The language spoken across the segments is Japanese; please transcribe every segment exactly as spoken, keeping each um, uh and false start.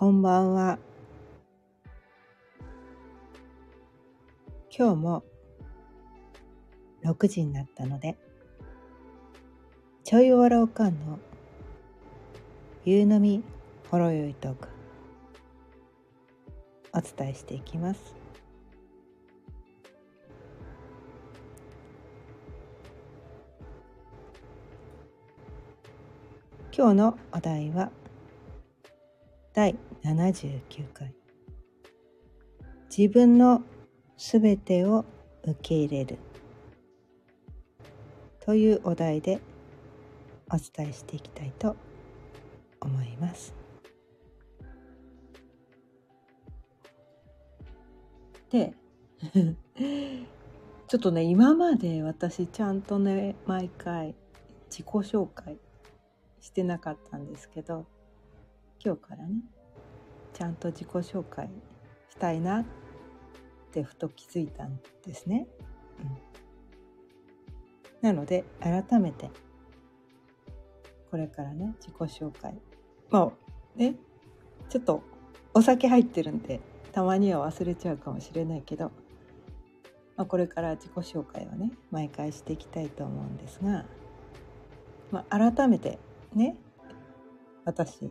こんばんは。今日もろくじになったので、ちょいわらおかんの夕飲みほろよいトークお伝えしていきます。今日のお題はだいななじゅうきゅうかい、自分のすべてを受け入れるというお題でお伝えしていきたいと思います。でちょっとね、今まで私ちゃんとね毎回自己紹介してなかったんですけど、今日からねちゃんと自己紹介したいなってふと気づいたんですね、うん、なので改めてこれからね自己紹介、まあねちょっとお酒入ってるんでたまには忘れちゃうかもしれないけど、まあ、これから自己紹介をね毎回していきたいと思うんですが、まあ、改めてね私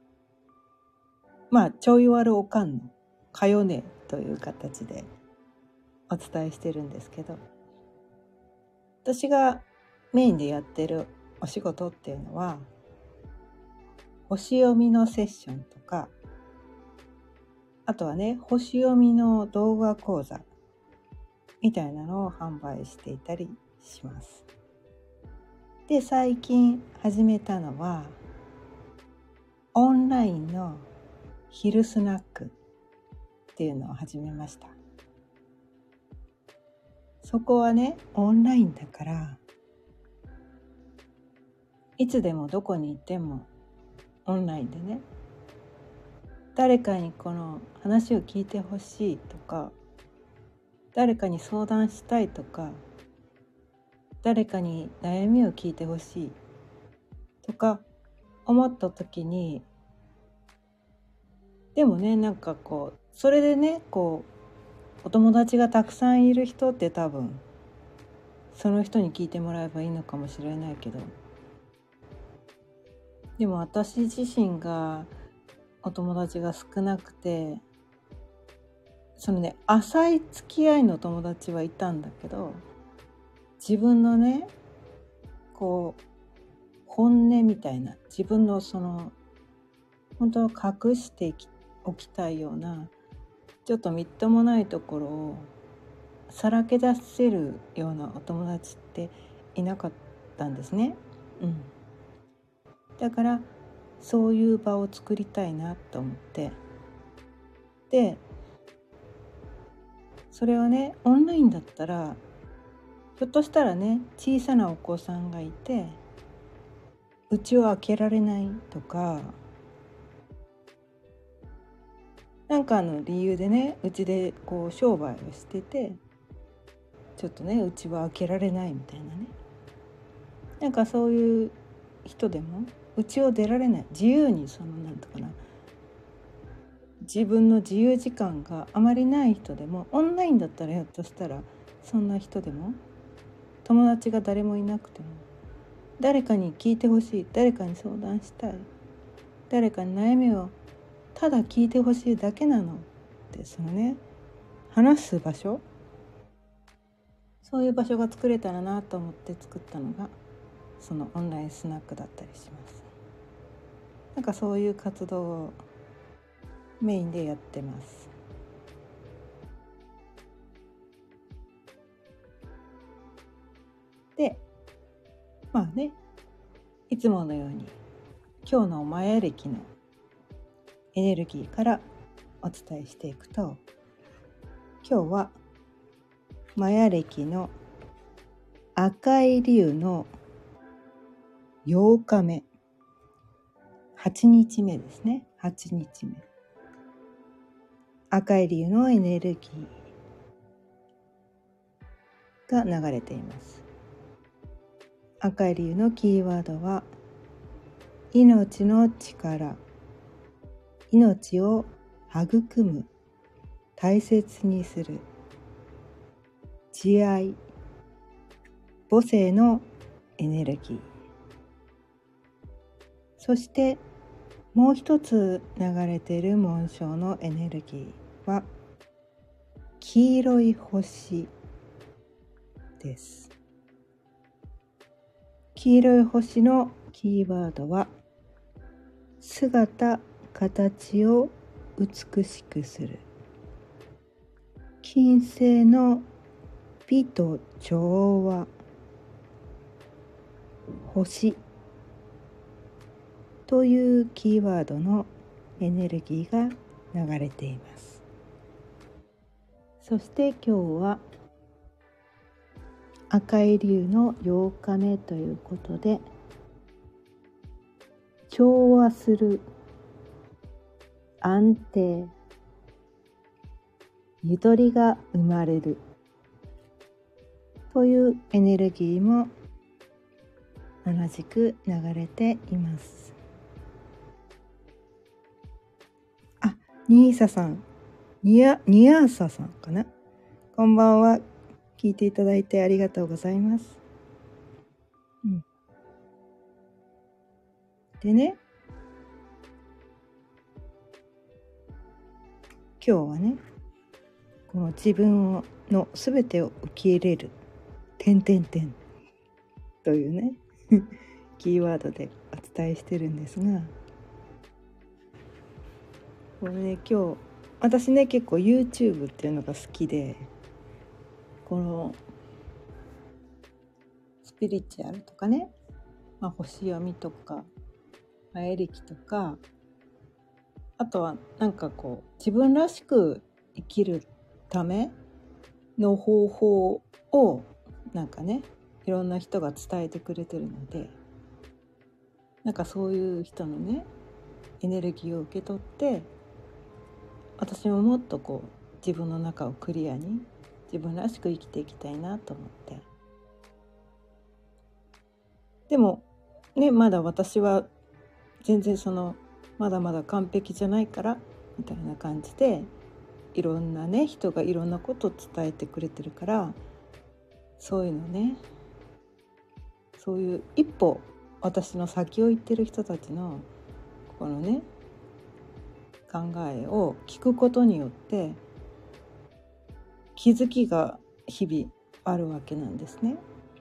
まあちょいわるおかんのかよねという形でお伝えしてるんですけど、私がメインでやってるお仕事っていうのは星読みのセッションとか、あとはね星読みの動画講座みたいなのを販売していたりします。で、最近始めたのはオンラインの昼スナックっていうのを始めました。そこはねオンラインだからいつでもどこにいてもオンラインでね、誰かにこの話を聞いてほしいとか、誰かに相談したいとか、誰かに悩みを聞いてほしいとか思った時に、でもねなんかこうそれでねこうお友達がたくさんいる人って多分その人に聞いてもらえばいいのかもしれないけど、でも私自身がお友達が少なくて、そのね浅い付き合いの友達はいたんだけど、自分のねこう本音みたいな、自分のその本当は隠しておきたいようなちょっとみっともないところをさらけ出せるようなお友達っていなかったんですね、うん、だからそういう場を作りたいなと思って、でそれはねオンラインだったらひょっとしたらね小さなお子さんがいて家を開けられないとか、なんかの理由でねうちでこう商売をしててちょっとねうちは開けられないみたいなね、なんかそういう人でもうちを出られない、自由にそのなんとかな自分の自由時間があまりない人でも、オンラインだったらひょっとしたらそんな人でも友達が誰もいなくても誰かに聞いてほしい、誰かに相談したい、誰かに悩みをただ聞いてほしいだけなのって、そのね話す場所、そういう場所が作れたらなと思って作ったのがそのオンラインスナックだったりします。なんかそういう活動をメインでやってます。でまあねいつものように今日のマヤ暦のエネルギーからお伝えしていくと、今日はマヤ暦の赤い龍のようかめ、はちにちめですね。はちにちめ、赤い龍のエネルギーが流れています。赤い龍のキーワードは命の力、 命を育む、大切にする、慈愛、母性のエネルギー。そしてもう一つ流れている紋章のエネルギーは黄色い星です。黄色い星のキーワードは姿、形を美しくする。金星の美と調和、星というキーワードのエネルギーが流れています。そして今日は赤い龍のようかめということで、調和する、安定、ゆとりが生まれるというエネルギーも同じく流れています。あ、ニーサさん、ニア、ニアーサさんかな。こんばんは。聞いていただいてありがとうございます。うん、でね、今日はね、この自分のすべてを受け入れる、点点点というねキーワードでお伝えしてるんですが、これね、今日私ね結構 YouTube っていうのが好きで、このスピリチュアルとかね、まあ、星読みとか、まあ、エレキとか、あとはなんかこう自分らしく生きるための方法をなんかね、いろんな人が伝えてくれてるので、なんかそういう人のねエネルギーを受け取って、私ももっとこう自分の中をクリアに自分らしく生きていきたいなと思って。でもね、まだ私は全然そのまだまだ完璧じゃないからみたいな感じで、いろんなね人がいろんなことを伝えてくれてるから、そういうのね、そういう一歩私の先を行ってる人たちのこのね考えを聞くことによって気づきが日々あるわけなんですね。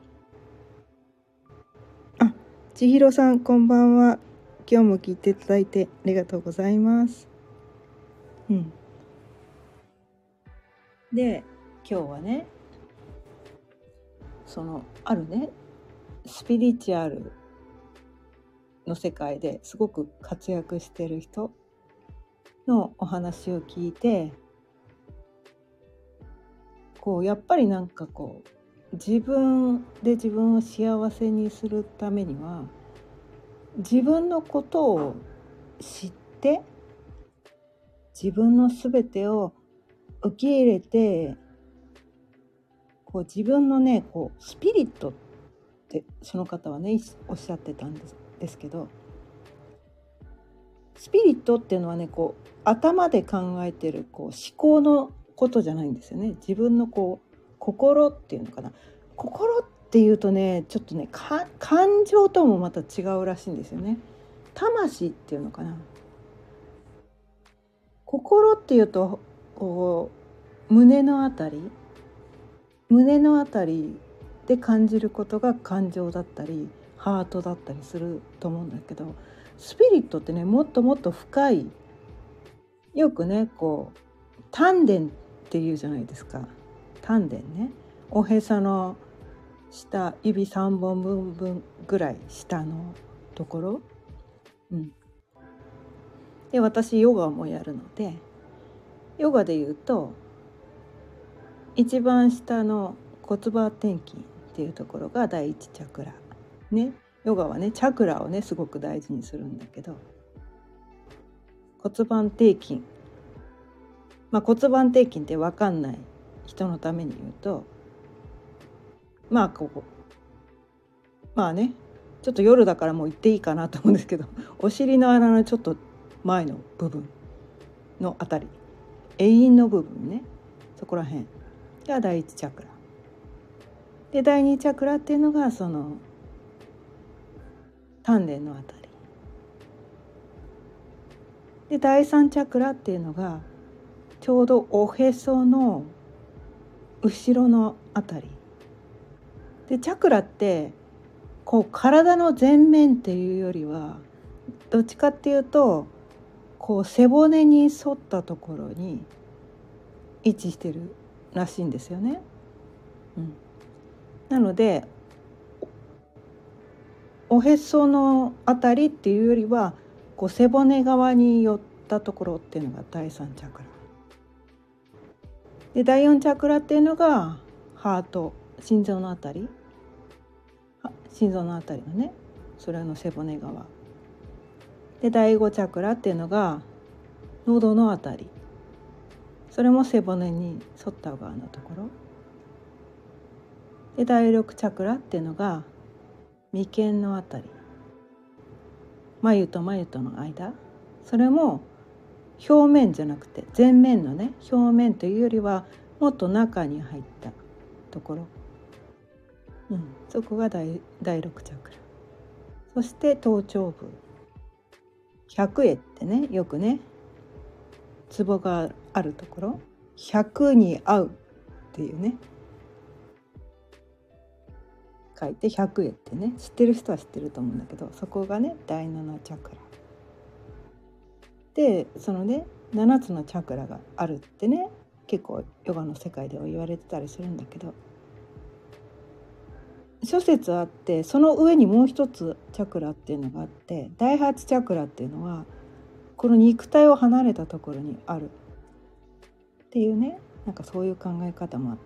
あ、千尋さんこんばんは。今日も聞いていただいてありがとうございます。うん。で、今日はね、そのあるねスピリチュアルの世界ですごく活躍してる人のお話を聞いて、こうやっぱりなんかこう自分で自分を幸せにするためには、自分のことを知って自分のすべてを受け入れて、こう自分のねこうスピリットってその方はねおっしゃってたんですですけど、スピリットっていうのはねこう頭で考えてるこう思考のことじゃないんですよね。自分のこう心っていうのかな、心っていうとねちょっとねか感情ともまた違うらしいんですよね。魂っていうのかな。心っていうとこう胸のあたり胸のあたりで感じることが感情だったりハートだったりすると思うんだけど、スピリットってねもっともっと深い、よくねこう丹田っていうじゃないですか。丹田ね、おへその下指さんぼんぶん分ぐらい下のところ、うん、で私ヨガもやるので、ヨガで言うと一番下の骨盤底筋っていうところが第一チャクラね。ヨガはねチャクラをねすごく大事にするんだけど、骨盤底筋、まあ、骨盤底筋って分かんない人のために言うと、まあここまあねちょっと夜だからもう言っていいかなと思うんですけど、お尻の穴のちょっと前の部分のあたり、永遠の部分ね、そこら辺が第一チャクラで、第二チャクラっていうのがその丹田のあたりで、第三チャクラっていうのがちょうどおへその後ろのあたりで、チャクラってこう体の前面っていうよりはどっちかっていうとこう背骨に沿ったところに位置してるらしいんですよね、うん、なのでおへそのあたりっていうよりはこう背骨側に寄ったところっていうのが第三チャクラで、第四チャクラっていうのがハート、心臓のあたり、心臓のあたりのね、それの背骨側で、第五チャクラっていうのが喉のあたり、それも背骨に沿った側のところで、第六チャクラっていうのが眉間のあたり、眉と眉との間、それも表面じゃなくて前面のね、表面というよりはもっと中に入ったところ、うん、そこが 第, 第六チャクラ。そして頭頂部、百会ってね、よくねツボがあるところ、百に合うっていうね書いて百会ってね、知ってる人は知ってると思うんだけど、そこがね第七チャクラで、そのねななつのチャクラがあるってね、結構ヨガの世界では言われてたりするんだけど、諸説あって、その上にもう一つチャクラっていうのがあって、第八チャクラっていうのはこの肉体を離れたところにあるっていうね、なんかそういう考え方もあって、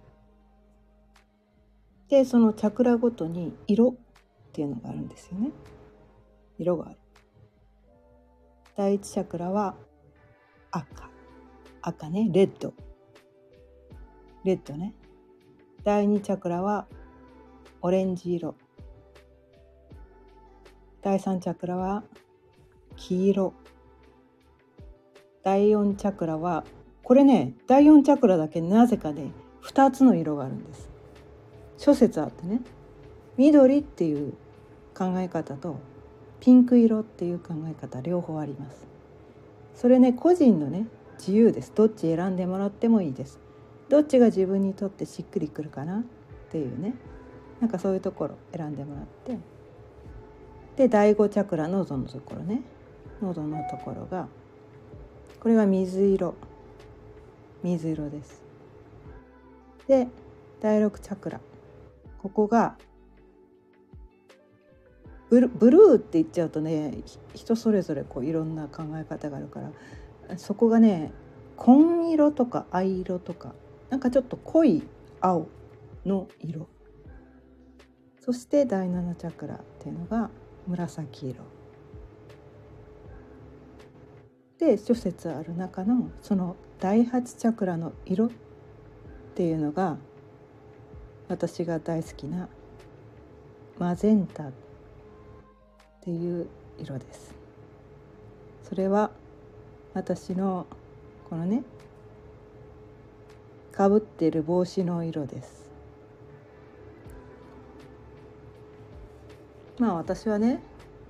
でそのチャクラごとに色っていうのがあるんですよね。色がある。第一チャクラは赤、赤ね、レッドレッドね。第二チャクラはオレンジ色、第三チャクラは黄色、第四チャクラはこれね、第四チャクラだけなぜかねふたつの色があるんです。諸説あってね、緑っていう考え方とピンク色っていう考え方、両方あります。それね、個人のね自由です。どっち選んでもらってもいいです。どっちが自分にとってしっくりくるかなっていうね、なんかそういうところ選んでもらって、で第五チャクラ、喉のところね、喉のところがこれは水色、水色です。で第六チャクラ、ここがブル、ブルーって言っちゃうとね、人それぞれこういろんな考え方があるから、そこがね紺色とか藍色とか、なんかちょっと濃い青の色。そして第七チャクラっていうのが紫色で、諸説ある中のその第八チャクラの色っていうのが私が大好きなマゼンタっていう色です。それは私のこのねかぶっている帽子の色です。まあ私はね、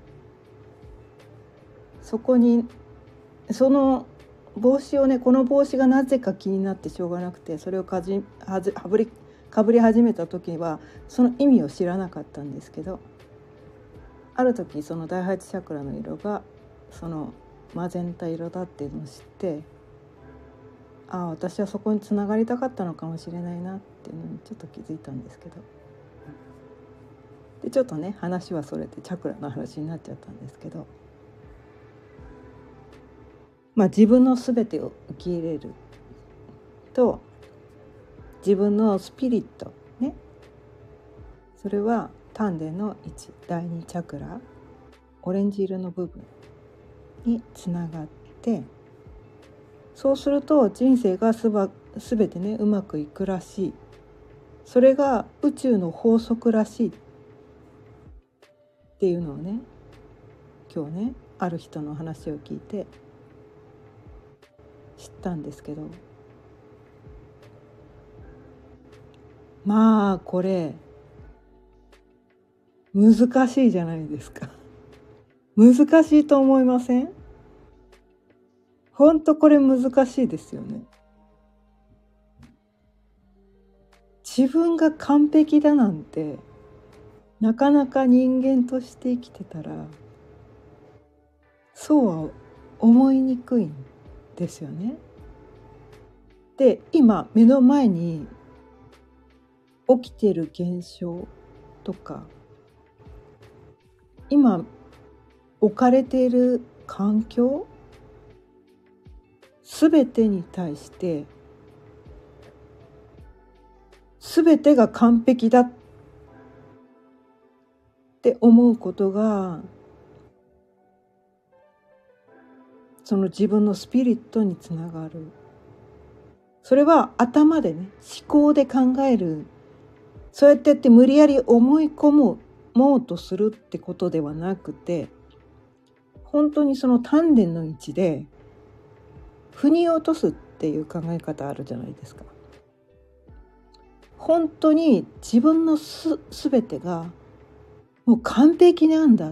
そこにその帽子をね、この帽子がなぜか気になってしょうがなくて、それをかじはずはぶりかぶり始めた時はその意味を知らなかったんですけど、ある時その第八チャクラの色がそのマゼンタ色だっていうのを知って、ああ私はそこにつながりたかったのかもしれないなっていうのにちょっと気づいたんですけど、でちょっとね話はそれてチャクラの話になっちゃったんですけど、まあ自分の全てを受け入れると、自分のスピリットね、それは丹田の位置、第二チャクラ、オレンジ色の部分につながって、そうすると人生がすば全てねうまくいくらしい、それが宇宙の法則らしいっていうのをね、今日ねある人の話を聞いて知ったんですけど、まあこれ難しいじゃないですか。難しいと思いません？ほんとこれ難しいですよね。自分が完璧だなんてなかなか人間として生きてたらそうは思いにくいんですよね。で、今目の前に起きている現象とか、今置かれている環境、すべてに対してすべてが完璧だって思うことが、その自分のスピリットにつながる。それは頭でね、思考で考える、そうやってやって無理やり思い込もうもうとするってことではなくて、本当にその丹田の位置で腑に落とすっていう考え方あるじゃないですか。本当に自分のす全てがもう完璧なんだって。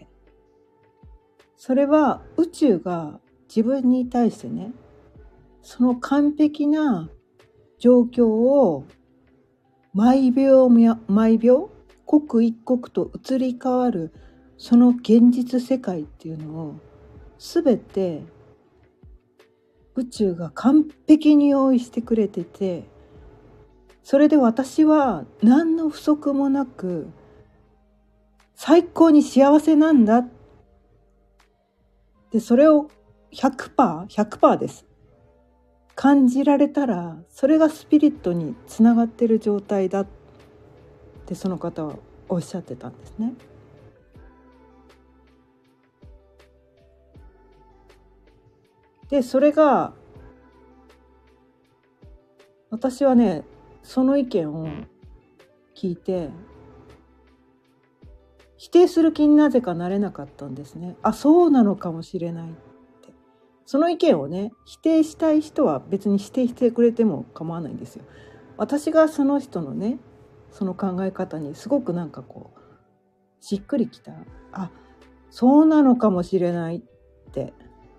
それは宇宙が自分に対してね、その完璧な状況を毎秒毎秒刻一刻と移り変わるその現実世界っていうのを全て宇宙が完璧に用意してくれてて、それで私は何の不足もなく最高に幸せなんだ。で、それを ひゃくパーセント、ひゃくパーセント です。感じられたら、それがスピリットにつながってる状態だってその方はおっしゃってたんですね。で、それが私はね、その意見を聞いて否定する気になぜかなれなかったんですね。あ、そうなのかもしれないって。その意見をね、否定したい人は別に否定してくれても構わないんですよ。私がその人のね、その考え方にすごくなんかこうしっくりきた。あ、そうなのかもしれないって。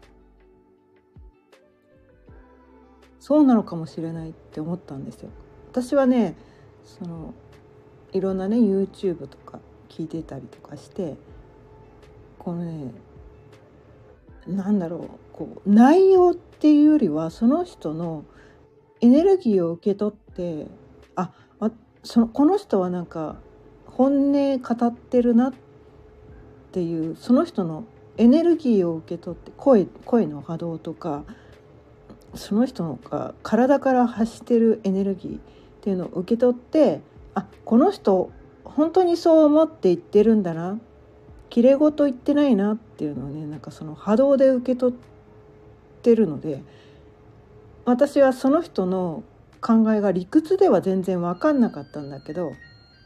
そうなのかもしれないって思ったんですよ。私はね、そのいろんなね YouTube とか聞いてたりとかして、このね、なんだろう、こう内容っていうよりはその人のエネルギーを受け取って、あ、あそのこの人はなんか本音語ってるなっていう、その人のエネルギーを受け取って、声声の波動とかその人が体から発してるエネルギーっていうのを受け取って、あ、この人本当にそう思って言ってるんだな、きれいごと言ってないなっていうのをね、なんかその波動で受け取ってるので、私はその人の考えが理屈では全然分かんなかったんだけど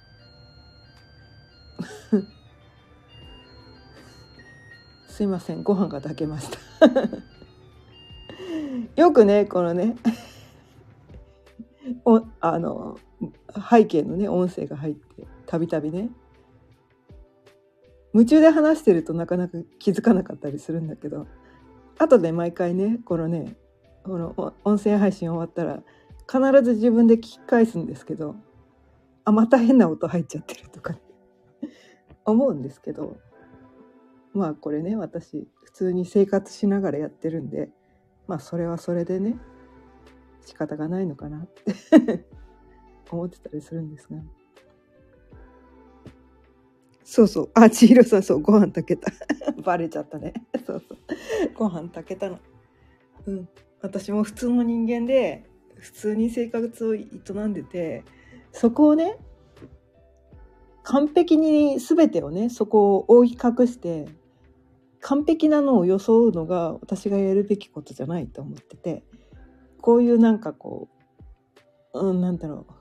すいません、ご飯が炊けましたよくね、このねおあの背景のね音声が入ってたびたびね、夢中で話してるとなかなか気づかなかったりするんだけど、後で毎回ね、このねこの音声配信終わったら必ず自分で聞き返すんですけど、あ、また変な音入っちゃってるとか思うんですけど、まあこれね、私普通に生活しながらやってるんで、まあそれはそれでね仕方がないのかなって思ってたりするんですが、そうそう、あ、千尋さん、そう、ご飯炊けたバレちゃったねそうそう、ご飯炊けたの。うん、私も普通の人間で普通に生活を営んでて、そこをね完璧に全てをね、そこを覆い隠して完璧なのを装うのが私がやるべきことじゃないと思ってて、こういうなんかこう、うん、なんだろう、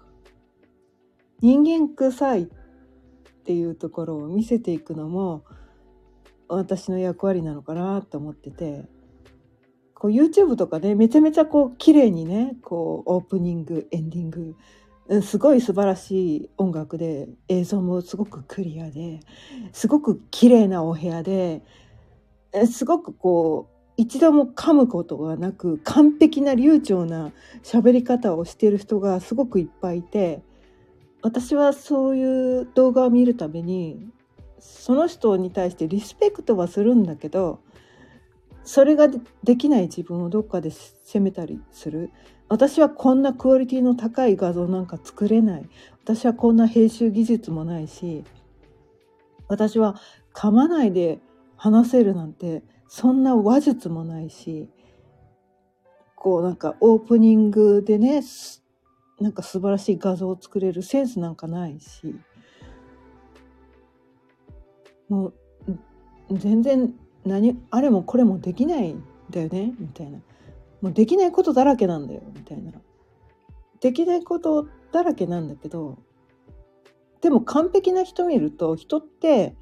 人間臭いっていうところを見せていくのも私の役割なのかなと思ってて、こう YouTube とかね、めちゃめちゃこう綺麗にね、こうオープニングエンディング、すごい素晴らしい音楽で、映像もすごくクリアで、すごく綺麗なお部屋で、すごくこう一度も噛むことがなく完璧な流暢な喋り方をしている人がすごくいっぱいいて、私はそういう動画を見るためにその人に対してリスペクトはするんだけど、それができない自分をどっかで責めたりする。私はこんなクオリティの高い画像なんか作れない。私はこんな編集技術もないし、私は噛まないで話せるなんてそんな話術もないし、こうなんかオープニングでね、なんか素晴らしい画像を作れるセンスなんかないし、もう全然何あれもこれもできないんだよねみたいな、もうできないことだらけなんだよみたいな、できないことだらけなんだけど、でも完璧な人見ると、人って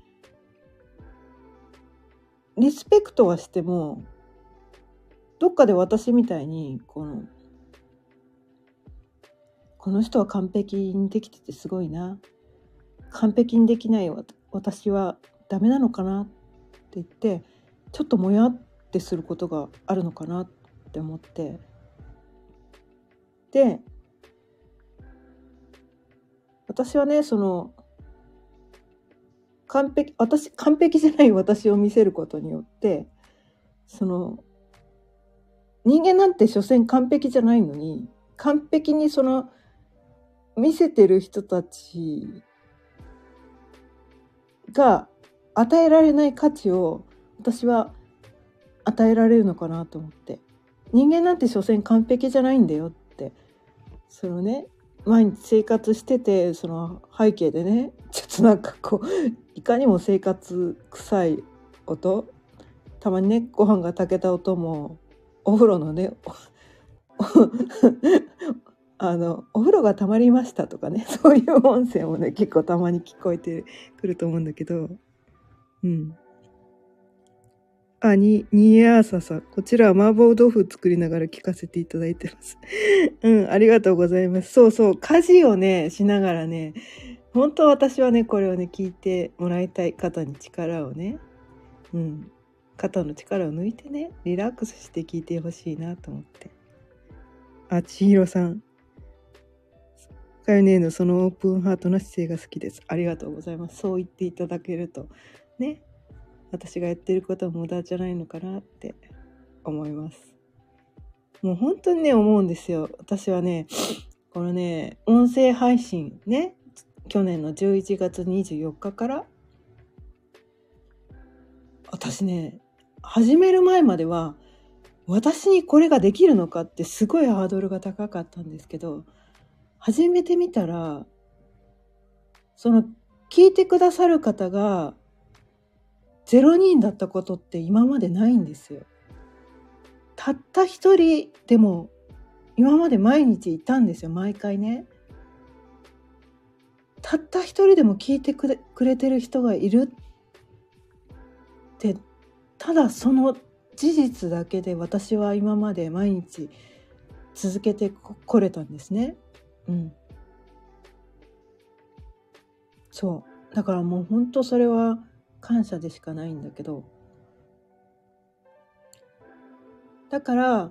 リスペクトはしてもどっかで私みたいにこのこの人は完璧にできててすごいな、完璧にできない私はダメなのかなって言ってちょっともやってすることがあるのかなって思って、で私はね、その完璧私完璧じゃない私を見せることによって、その人間なんて所詮完璧じゃないのに、完璧にその見せてる人たちが与えられない価値を私は与えられるのかなと思って、人間なんて所詮完璧じゃないんだよって、そのね、毎日生活してて、その背景でね、ちょっとなんかこういかにも生活臭い音、たまにねご飯が炊けた音も、お風呂のねあのお風呂がたまりましたとかね、そういう音声もね結構たまに聞こえてくると思うんだけど、うんあ、に、にやーささ、こちらは麻婆豆腐作りながら聞かせていただいてます。うん、ありがとうございます。そうそう、家事をね、しながらね、本当私はね、これをね、聞いてもらいたい。肩に力をね、うん、肩の力を抜いてね、リラックスして聞いてほしいなと思って。あ、千尋さん。かよねえのそのオープンハートな姿勢が好きです。ありがとうございます。そう言っていただけると、ね、私がやってることは無駄じゃないのかなって思います。もう本当にね思うんですよ。私はね、このね音声配信ね、去年のじゅういちがつにじゅうよっかから私ね、始める前までは私にこれができるのかってすごいハードルが高かったんですけど、始めてみたら、その聞いてくださる方がゼロにんだったことって今までないんですよ。たった一人でも今まで毎日いたんですよ、毎回ね。たった一人でも聞いてくれ、くれてる人がいるって、ただその事実だけで私は今まで毎日続けてこれたんですね。うん。そう。だからもう本当それは感謝でしかないんだけど、だから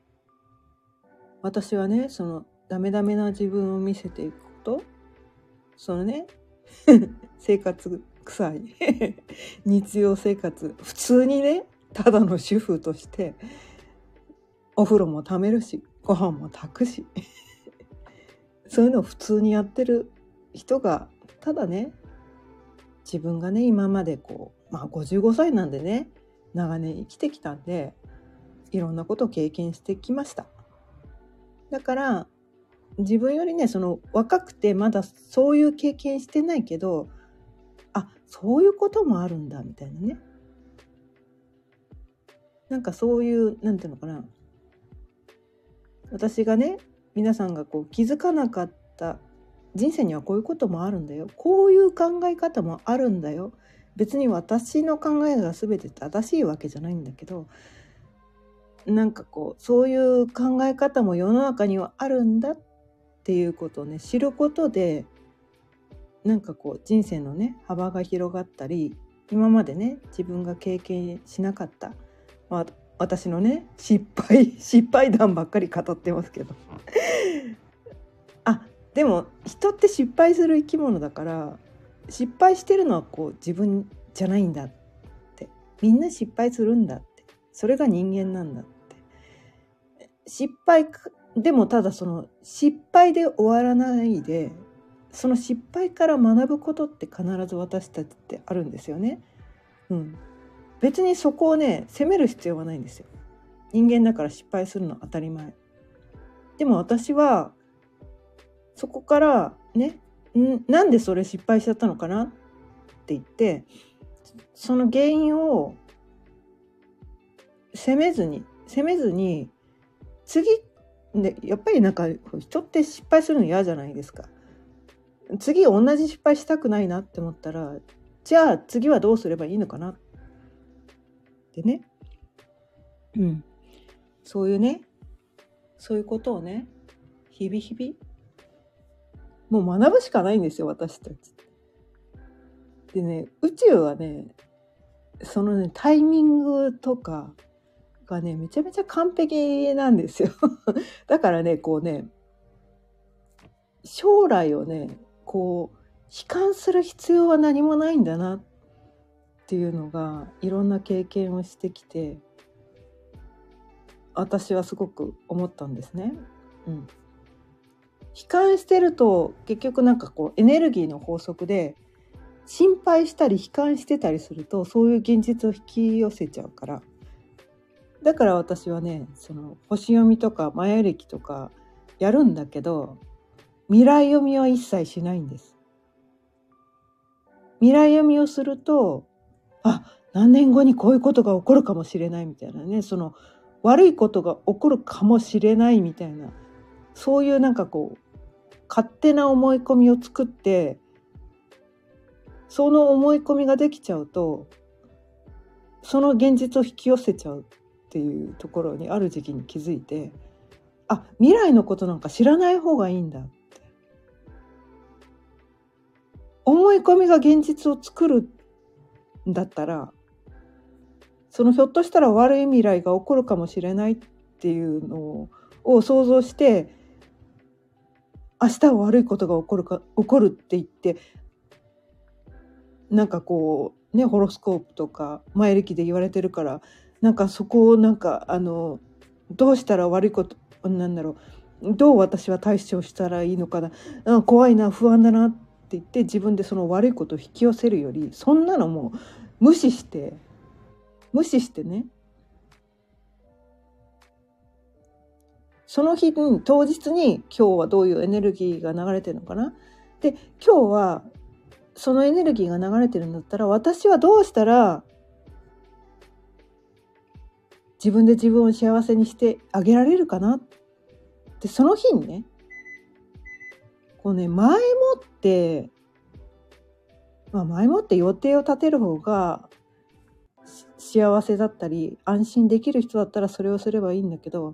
私はね、そのダメダメな自分を見せていくこと、そのね生活臭い日常生活、普通にね、ただの主婦としてお風呂もためるし、ご飯も炊くしそういうのを普通にやってる人が、ただね、自分がね今までこう、まあごじゅうごさいなんでね、長年生きてきたんで、いろんなことを経験してきました。だから自分よりね、その若くてまだそういう経験してないけど、あ、そういうこともあるんだみたいなね、なんかそういう、なんていうのかな、私がね、皆さんがこう気づかなかった人生にはこういうこともあるんだよ、こういう考え方もあるんだよ、 別に私の考えが全て正しいわけじゃないんだけど、なんかこうそういう考え方も世の中にはあるんだっていうことをね知ることで、なんかこう人生のね幅が広がったり、今までね自分が経験しなかった、まあ、私のね失敗失敗談ばっかり語ってますけどあでも人って失敗する生き物だから、失敗してるのはこう自分じゃないんだって、みんな失敗するんだって、それが人間なんだって。失敗でもただその失敗で終わらないで、その失敗から学ぶことって必ず私たちってあるんですよね。うん、別にそこをね責める必要はないんですよ。人間だから失敗するのは当たり前。でも私はそこからね、んなんでそれ失敗しちゃったのかなって言って、その原因を責めずに責めずに次で、やっぱりなんか人って失敗するの嫌じゃないですか。次同じ失敗したくないなって思ったら、じゃあ次はどうすればいいのかなってね、うん、そういうねそういうことをね日々日々もう学ぶしかないんですよ、私たち。でね、宇宙はねそのねタイミングとかがねめちゃめちゃ完璧なんですよだからねこうね将来をねこう悲観する必要は何もないんだなっていうのがいろんな経験をしてきて、私はすごく思ったんですね。うん、悲観してると結局なんかこうエネルギーの法則で、心配したり悲観してたりするとそういう現実を引き寄せちゃうから。だから私はねその星読みとかマヤ暦とかやるんだけど、未来読みは一切しないんです。未来読みをすると、あ、何年後にこういうことが起こるかもしれないみたいなね、その悪いことが起こるかもしれないみたいな、そういうなんかこう勝手な思い込みを作って、その思い込みができちゃうとその現実を引き寄せちゃうっていうところにある時期に気づいて、あ、未来のことなんか知らない方がいいんだって。思い込みが現実を作るんだったら、そのひょっとしたら悪い未来が起こるかもしれないっていうのを想像して、明日は悪いことが起こるか起こるって言って、なんかこうねホロスコープとか前歴で言われてるから、なんかそこをなんかあのどうしたら悪いことなんだろう、どう私は対処したらいいのかな、うん、怖いな不安だなって言って自分でその悪いことを引き寄せるより、そんなのもう無視して無視してね、その日に当日に今日はどういうエネルギーが流れてるのかな、で今日はそのエネルギーが流れてるんだったら、私はどうしたら自分で自分を幸せにしてあげられるかなって、その日にねこうね前もって、まあ、前もって予定を立てる方が幸せだったり安心できる人だったらそれをすればいいんだけど、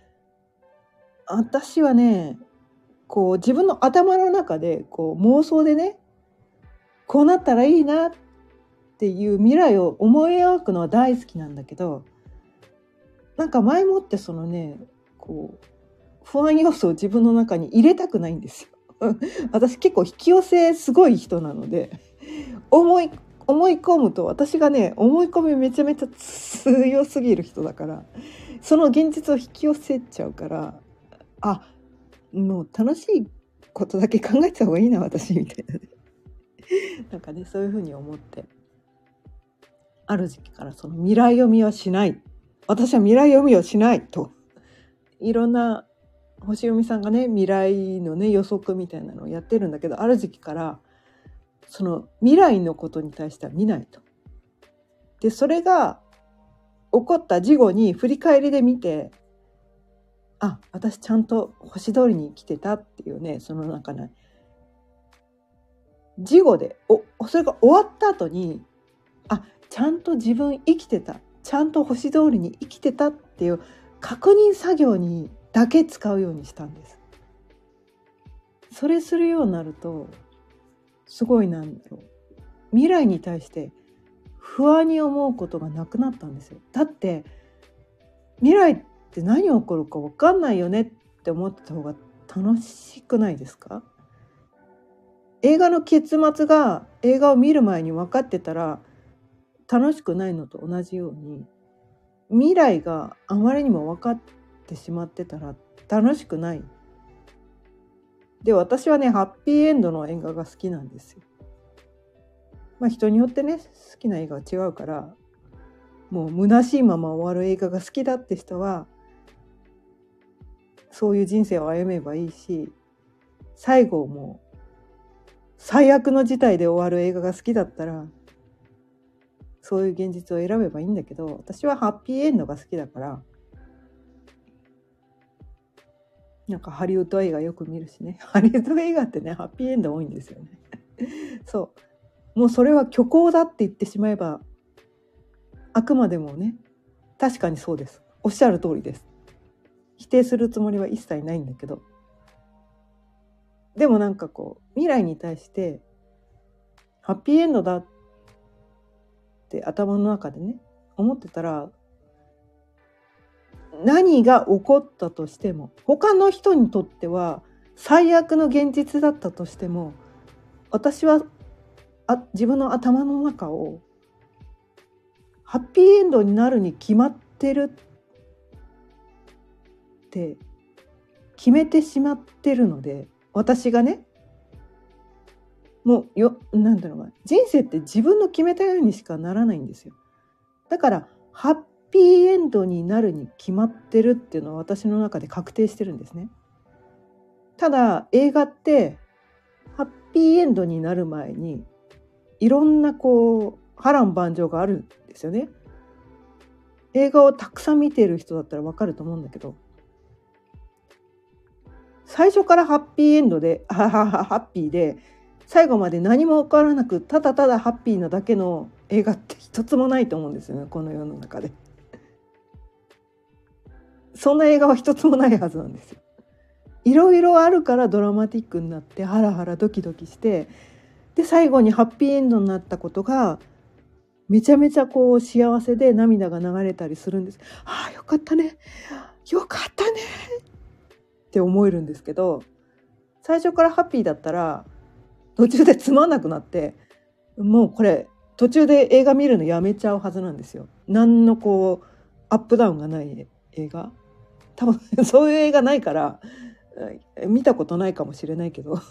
私はねこう自分の頭の中でこう妄想でね、こうなったらいいなっていう未来を思い描くのは大好きなんだけど、なんか前もってそのねこう不安要素を自分の中に入れたくないんですよ私結構引き寄せすごい人なので、思い思い込むと、私がね思い込みめちゃめちゃ強すぎる人だから、その現実を引き寄せちゃうから、あ、もう楽しいことだけ考えた方がいいな私みたいなねなんかねそういうふうに思って、ある時期からその未来読みはしない、私は未来読みをしないと、いろんな星読みさんがね未来のね予測みたいなのをやってるんだけど、ある時期からその未来のことに対しては見ないと。でそれが起こった事後に振り返りで見て、あ、私ちゃんと星通りに生きてたっていうね、そのなんかね事後でおそれが終わった後にあ、ちゃんと自分生きてた、ちゃんと星通りに生きてたっていう確認作業にだけ使うようにしたんです。それするようになるとすごい、なんだろう、未来に対して不安に思うことがなくなったんですよ。だって未来って何起こるか分かんないよねって思ってた方が楽しくないですか？映画の結末が映画を見る前に分かってたら楽しくないのと同じように、未来があまりにも分かってしまってたら楽しくない。で、私はね、ハッピーエンドの映画が好きなんですよ。まあ人によってね、好きな映画は違うから、もう虚しいまま終わる映画が好きだって人はそういう人生を歩めばいいし、最後も最悪の事態で終わる映画が好きだったらそういう現実を選べばいいんだけど、私はハッピーエンドが好きだから、なんかハリウッド映画よく見るしね。ハリウッド映画ってね、ハッピーエンド多いんですよね。そうもうそれは虚構だって言ってしまえば、あくまでもね、確かにそうです、おっしゃる通りです。否定するつもりは一切ないんだけど、でもなんかこう未来に対してハッピーエンドだって頭の中でね思ってたら、何が起こったとしても、他の人にとっては最悪の現実だったとしても、私はあ自分の頭の中をハッピーエンドになるに決まってるって決めてしまってるので、私がね、もうよなんだろうな、人生って自分の決めたようにしかならないんですよ。だからハッピーエンドになるに決まってるっていうのは私の中で確定してるんですね。ただ映画ってハッピーエンドになる前にいろんなこう波乱万丈があるんですよね。映画をたくさん見ている人だったらわかると思うんだけど、最初からハッピーエンドでハハハハッピーで最後まで何も起こらなくただただハッピーなだけの映画って一つもないと思うんですよね、この世の中で。そんな映画は一つもないはずなんですよ。いろいろあるからドラマティックになってハラハラドキドキして、で最後にハッピーエンドになったことがめちゃめちゃこう幸せで涙が流れたりするんです。ああよかったね、よかったねって思えるんですけど、最初からハッピーだったら途中でつまんなくなって、もうこれ途中で映画見るのやめちゃうはずなんですよ。何のこうアップダウンがない映画、多分そういう映画ないから見たことないかもしれないけど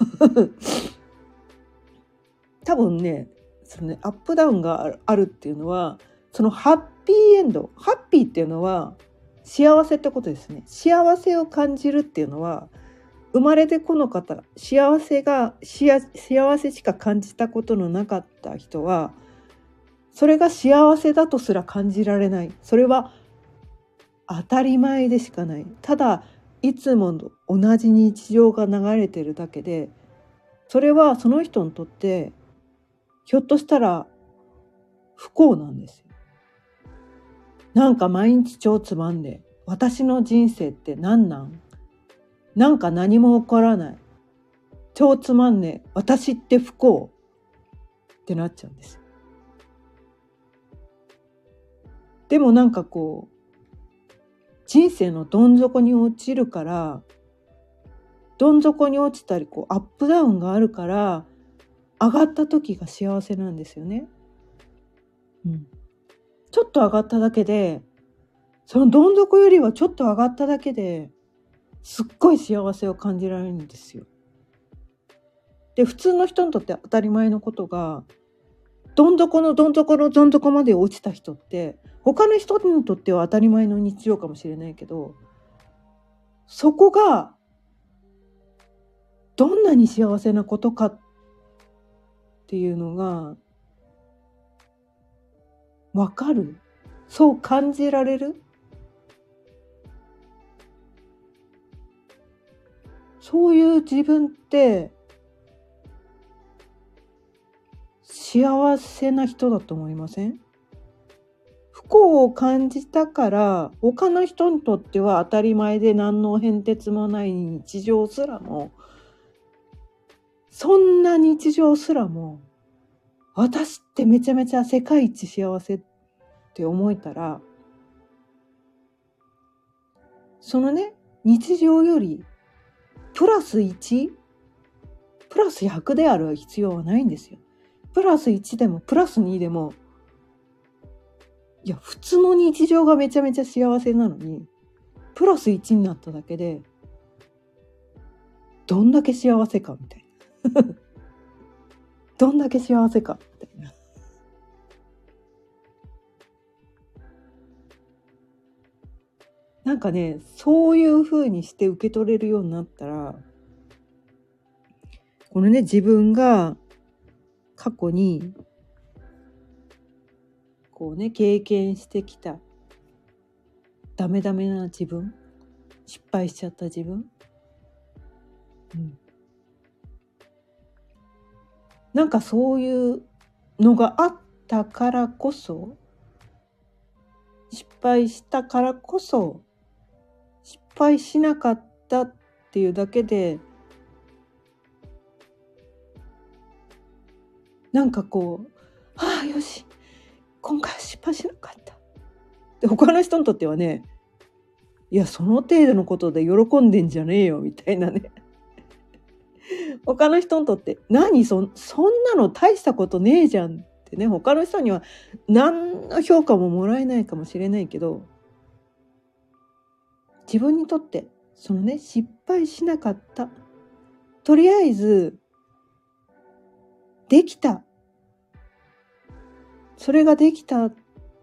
多分ね、そのねアップダウンがあるっていうのは、そのハッピーエンド、ハッピーっていうのは幸せってことですね。幸せを感じるっていうのは、生まれてこの方、幸せが幸せしか感じたことのなかった人は、それが幸せだとすら感じられない。それは当たり前でしかない。ただいつもの同じ日常が流れてるだけで、それはその人にとってひょっとしたら不幸なんですよ。なんか毎日超つまんねえ、私の人生って何なん、なんか何も起こらない、超つまんねえ、私って不幸ってなっちゃうんですよ。でもなんかこう人生のどん底に落ちるから、どん底に落ちたりこうアップダウンがあるから上がった時が幸せなんですよね。うん、ちょっと上がっただけで、そのどん底よりはちょっと上がっただけですっごい幸せを感じられるんですよ。で、普通の人にとって当たり前のことが、どん底のどん底のどん底まで落ちた人って、他の人にとっては当たり前の日常かもしれないけど、そこがどんなに幸せなことかっていうのがわかる、そう感じられる、そういう自分って幸せな人だと思いません？不幸を感じたから他の人にとっては当たり前で何の変哲もない日常すらも、そんな日常すらも私ってめちゃめちゃ世界一幸せって思えたら、そのね日常よりプラスいちプラスひゃくである必要はないんですよ。プラスいちでもプラスにでも、いや普通の日常がめちゃめちゃ幸せなのにプラスいちになっただけでどんだけ幸せかみたいなどんだけ幸せかみたいななんかね、そういう風にして受け取れるようになったら、このね自分が過去にこうね経験してきたダメダメな自分、失敗しちゃった自分、うん、なんかそういうのがあったからこそ、失敗したからこそ、失敗しなかったっていうだけでなんかこう、ああよし今回は失敗しなかったで、他の人にとってはね、いやその程度のことで喜んでんじゃねえよみたいなね他の人にとって何 そ, そんなの大したことねえじゃんってね、他の人には何の評価ももらえないかもしれないけど、自分にとってそのね失敗しなかった、とりあえずできた、それができた、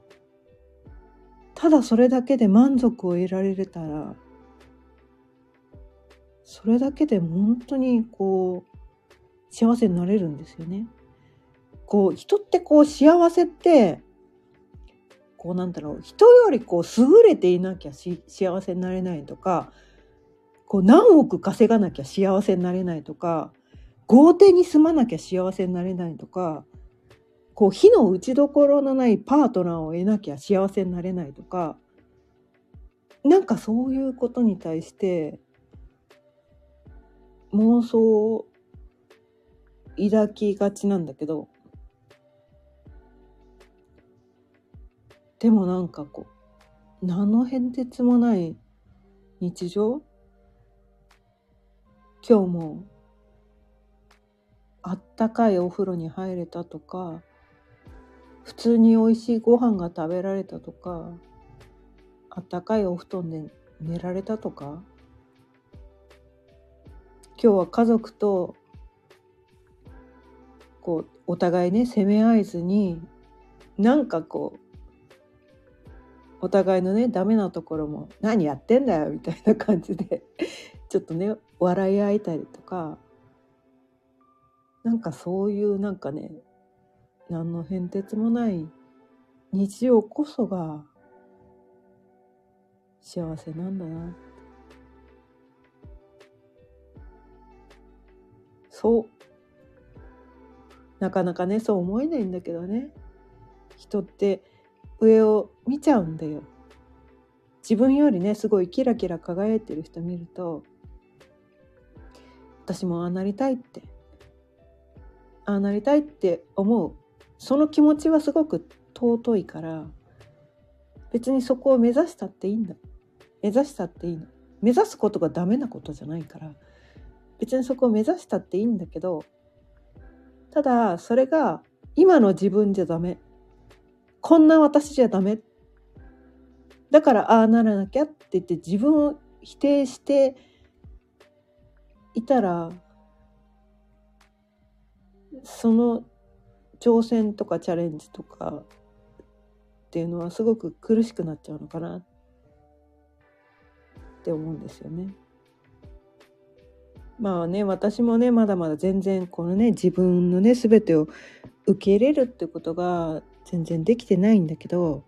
ただそれだけで満足を得られたら、それだけで本当にこう幸せになれるんですよね。こう人ってこう幸せってこうなんだろう、人よりこう優れていなきゃし幸せになれないとか、こう何億稼がなきゃ幸せになれないとか、豪邸に住まなきゃ幸せになれないとか、こう火の打ちどころのないパートナーを得なきゃ幸せになれないとか、なんかそういうことに対して妄想を抱きがちなんだけど、でもなんかこう何の変哲もない日常、今日もあったかいお風呂に入れたとか、普通に美味しいご飯が食べられたとか、あったかいお布団で寝られたとか、今日は家族とこうお互いね責め合えずに、なんかこうお互いのねダメなところも何やってんだよみたいな感じでちょっとね笑い合えたりとか、なんかそういうなんかね何の変哲もない日常こそが幸せなんだな。そうなかなかねそう思えないんだけどね、人って上を見ちゃうんだよ。自分よりねすごいキラキラ輝いてる人見ると、私もああなりたいってああなりたいって思う、その気持ちはすごく尊いから、別にそこを目指したっていいんだ、目指したっていいの、目指すことがダメなことじゃないから、別にそこを目指したっていいんだけど、ただそれが今の自分じゃダメ、こんな私じゃダメ、だからああならなきゃって言って自分を否定していたら、その挑戦とかチャレンジとかっていうのはすごく苦しくなっちゃうのかなって思うんですよね。まあね、私もねまだまだ全然このね自分のね全てを受け入れるってことが全然できてないんだけど、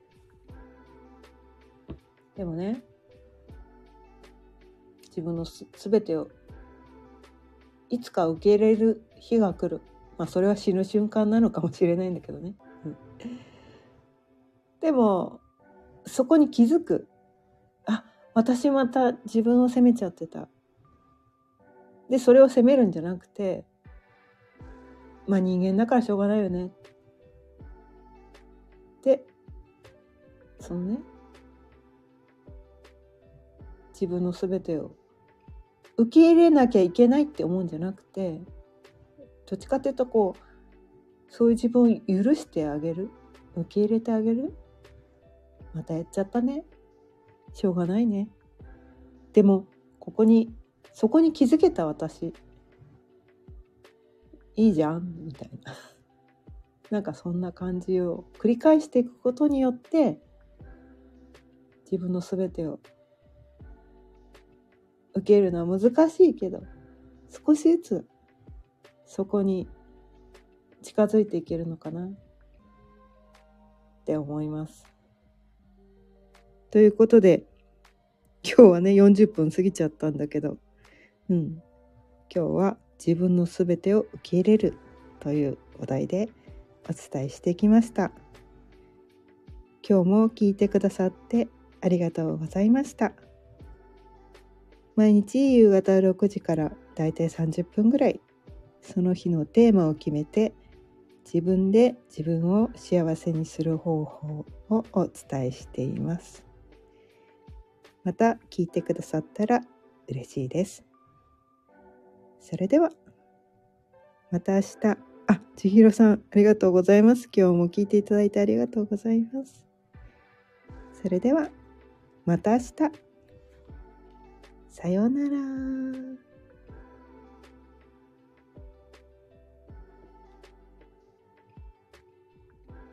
でもね自分のす全てをいつか受け入れる日が来る、 まあそれは死ぬ瞬間なのかもしれないんだけどね、うん、でもそこに気づく。あ、私また自分を責めちゃってた。でそれを責めるんじゃなくて、まあ人間だからしょうがないよねで、そのね自分の全てを受け入れなきゃいけないって思うんじゃなくて、どっちかっていうとこうそういう自分を許してあげる、受け入れてあげる。またやっちゃったね、しょうがないね、でもここにそこに気づけた私いいじゃんみたいななんかそんな感じを繰り返していくことによって、自分の全てを受け入れるのは難しいけど、少しずつそこに近づいていけるのかなって思います。ということで今日はねよんじゅっぷん過ぎちゃったんだけど、うん今日は自分のすべてを受け入れるというお題でお伝えしてきました。今日も聞いてくださってありがとうございました。毎日夕方ろくじからだいたいさんじゅっぷんぐらい、その日のテーマを決めて自分で自分を幸せにする方法をお伝えしています。また聞いてくださったら嬉しいです。それではまた明日。あ、千尋さんありがとうございます。今日も聞いていただいてありがとうございます。それではまた明日。さようなら。